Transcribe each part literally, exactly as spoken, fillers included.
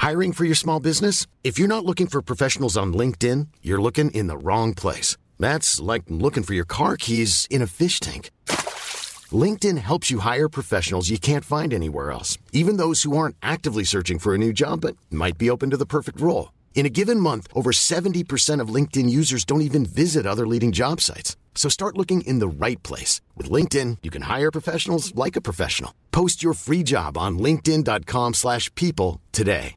Hiring for your small business? If you're not looking for professionals on LinkedIn, you're looking in the wrong place. That's like looking for your car keys in a fish tank. LinkedIn helps you hire professionals you can't find anywhere else, even those who aren't actively searching for a new job but might be open to the perfect role. In a given month, over seventy percent of LinkedIn users don't even visit other leading job sites. So start looking in the right place. With LinkedIn, you can hire professionals like a professional. Post your free job on linkedin.com slash people today.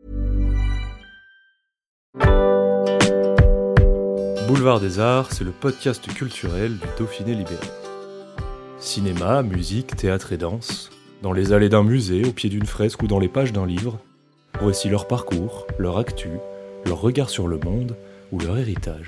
Boulevard des Arts, c'est le podcast culturel du Dauphiné libéré. Cinéma, musique, théâtre et danse, dans les allées d'un musée, au pied d'une fresque ou dans les pages d'un livre, voici leur parcours, leur actu, leur regard sur le monde ou leur héritage.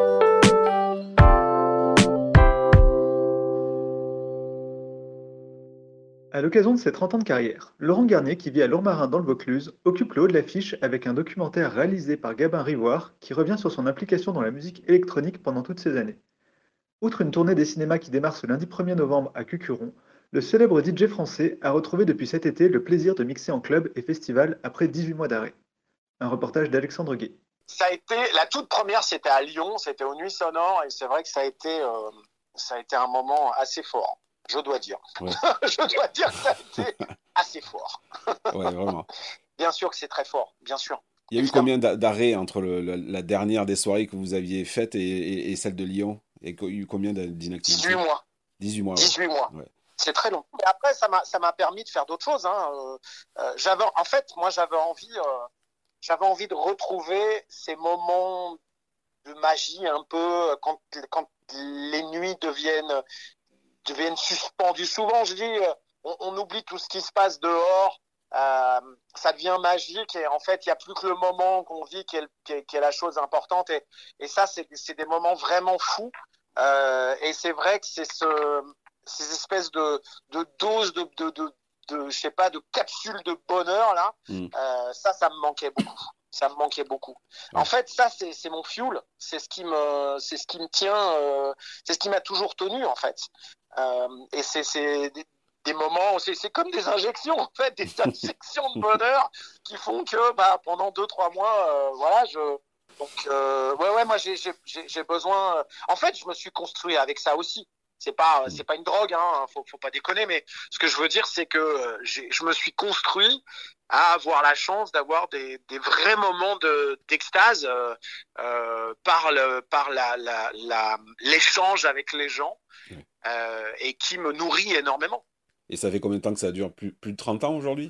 À l'occasion de ses trente ans de carrière, Laurent Garnier, qui vit à Lourmarin dans le Vaucluse, occupe le haut de l'affiche avec un documentaire réalisé par Gabin Rivoire qui revient sur son implication dans la musique électronique pendant toutes ces années. Outre une tournée des cinémas qui démarre ce lundi premier novembre à Cucuron, le célèbre D J français a retrouvé depuis cet été le plaisir de mixer en club et festival après dix-huit mois d'arrêt. Un reportage d'Alexandre Guay. Ça a été, la toute première, c'était à Lyon, c'était aux Nuits Sonores, et c'est vrai que ça a été, euh, ça a été un moment assez fort. Je dois dire. Ouais. Je dois dire que ça a été assez fort. Ouais, vraiment. Bien sûr que c'est très fort, bien sûr. Il y a eu combien d'arrêts entre le, la, la dernière des soirées que vous aviez faites et, et, et celle de Lyon? Et il y a eu combien d'inactivités? dix-huit mois. dix-huit mois. dix-huit ouais. mois. Ouais. C'est très long. Et après, ça m'a, ça m'a permis de faire d'autres choses. Hein. Euh, j'avais, en fait, moi, j'avais envie, euh, j'avais envie de retrouver ces moments de magie un peu quand, quand les nuits deviennent deviennent suspendus. Souvent, je dis, on, on oublie tout ce qui se passe dehors, euh, ça devient magique et en fait, il n'y a plus que le moment qu'on vit qui est, qui est, qui est la chose importante. Et, et ça, c'est, c'est des moments vraiment fous. Euh, et c'est vrai que c'est ce, ces espèces de, de doses de, de, de, de, je sais pas, de capsules de bonheur là. Mm. Euh, ça, ça me manquait beaucoup. Ça me manquait beaucoup. Ouais. En fait, ça, c'est, c'est mon fuel. C'est ce qui me, c'est ce qui me tient. Euh, c'est ce qui m'a toujours tenu, en fait. Euh, et c'est, c'est des, des moments. C'est, c'est comme des injections, en fait, des injections de bonheur qui font que, bah, pendant deux, trois mois, euh, voilà, je. Donc, euh, ouais, ouais, moi, j'ai, j'ai, j'ai besoin. En fait, je me suis construit avec ça aussi. C'est pas, c'est pas une drogue, hein. Faut, faut pas déconner. Mais ce que je veux dire, c'est que j'ai, je me suis construit à avoir la chance d'avoir des, des vrais moments de, d'extase euh, euh, par le, par la, la, la, l'échange avec les gens euh, et qui me nourrit énormément. Et ça fait combien de temps que ça dure? Plus, plus de trente ans aujourd'hui?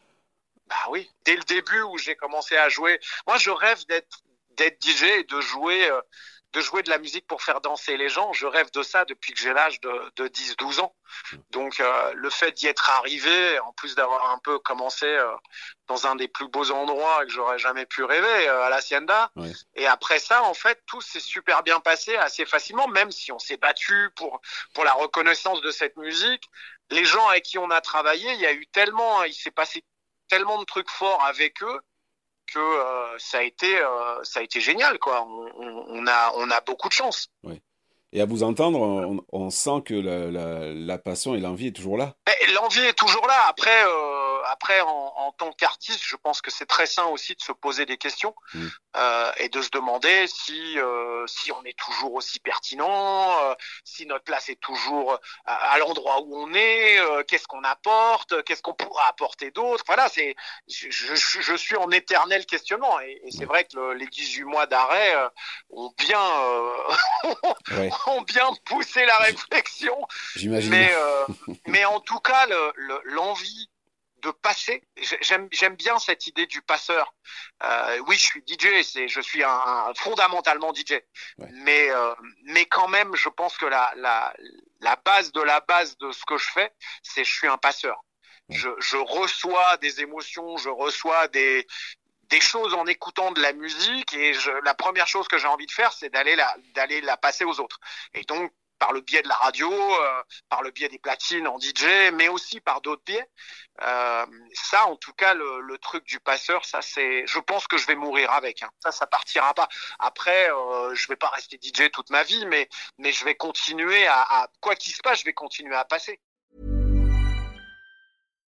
Bah oui, dès le début où j'ai commencé à jouer. Moi, je rêve d'être, d'être D J et de jouer. Euh, de jouer de la musique pour faire danser les gens. Je rêve de ça depuis que j'ai l'âge de, de dix douze ans. Donc, euh, le fait d'y être arrivé, en plus d'avoir un peu commencé euh, dans un des plus beaux endroits que j'aurais jamais pu rêver, euh, à l'Hacienda. Ouais. Et après ça, en fait, tout s'est super bien passé assez facilement, même si on s'est battu pour, pour la reconnaissance de cette musique. Les gens avec qui on a travaillé, il y a eu tellement, il s'est passé tellement de trucs forts avec eux que euh, ça a été euh, ça a été génial, quoi. On, on, on a on a beaucoup de chance. Oui. Et à vous entendre, on, on sent que la, la, la passion et l'envie est toujours là. Et l'envie est toujours là. Après, euh, après en, en tant qu'artiste, je pense que c'est très sain aussi de se poser des questions mmh. euh, et de se demander si euh, si on est toujours aussi pertinent, euh, si notre place est toujours à, à l'endroit où on est, euh, qu'est-ce qu'on apporte, qu'est-ce qu'on pourra apporter d'autre. Voilà, c'est je, je, je suis en éternel questionnement et, et c'est mmh. vrai que le, les dix-huit mois d'arrêt euh, ont bien euh, ouais. ont bien poussé la réflexion. J'imagine. Mais euh, mais en tout cas, le, le, l'envie de passer, j'aime, j'aime bien cette idée du passeur. Euh, oui, je suis D J, c'est, je suis un, un fondamentalement D J, ouais. mais euh, mais quand même, je pense que la la la base de la base de ce que je fais, c'est je suis un passeur. Ouais. Je je reçois des émotions, je reçois des des choses en écoutant de la musique et je, la première chose que j'ai envie de faire, c'est d'aller la d'aller la passer aux autres. Et donc par le biais de la radio, euh, par le biais des platines en D J, mais aussi par d'autres biais. Euh, ça, en tout cas, le, le truc du passeur, ça c'est, je pense que je vais mourir avec. Hein. Ça, ça partira pas. Après, euh, je vais pas rester D J toute ma vie, mais mais je vais continuer à, à quoi qu'il se passe, je vais continuer à passer.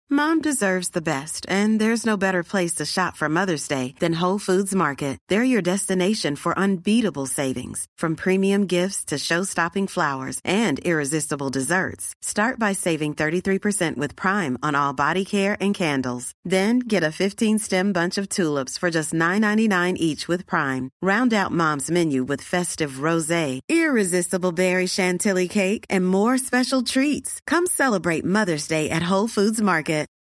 Mom deserves the best, and there's no better place to shop for Mother's Day than Whole Foods Market. They're your destination for unbeatable savings, from premium gifts to show-stopping flowers and irresistible desserts. Start by saving thirty-three percent with Prime on all body care and candles. Then get a fifteen-stem bunch of tulips for just nine ninety-nine each with Prime. Round out Mom's menu with festive rosé, irresistible berry chantilly cake, and more special treats. Come celebrate Mother's Day at Whole Foods Market.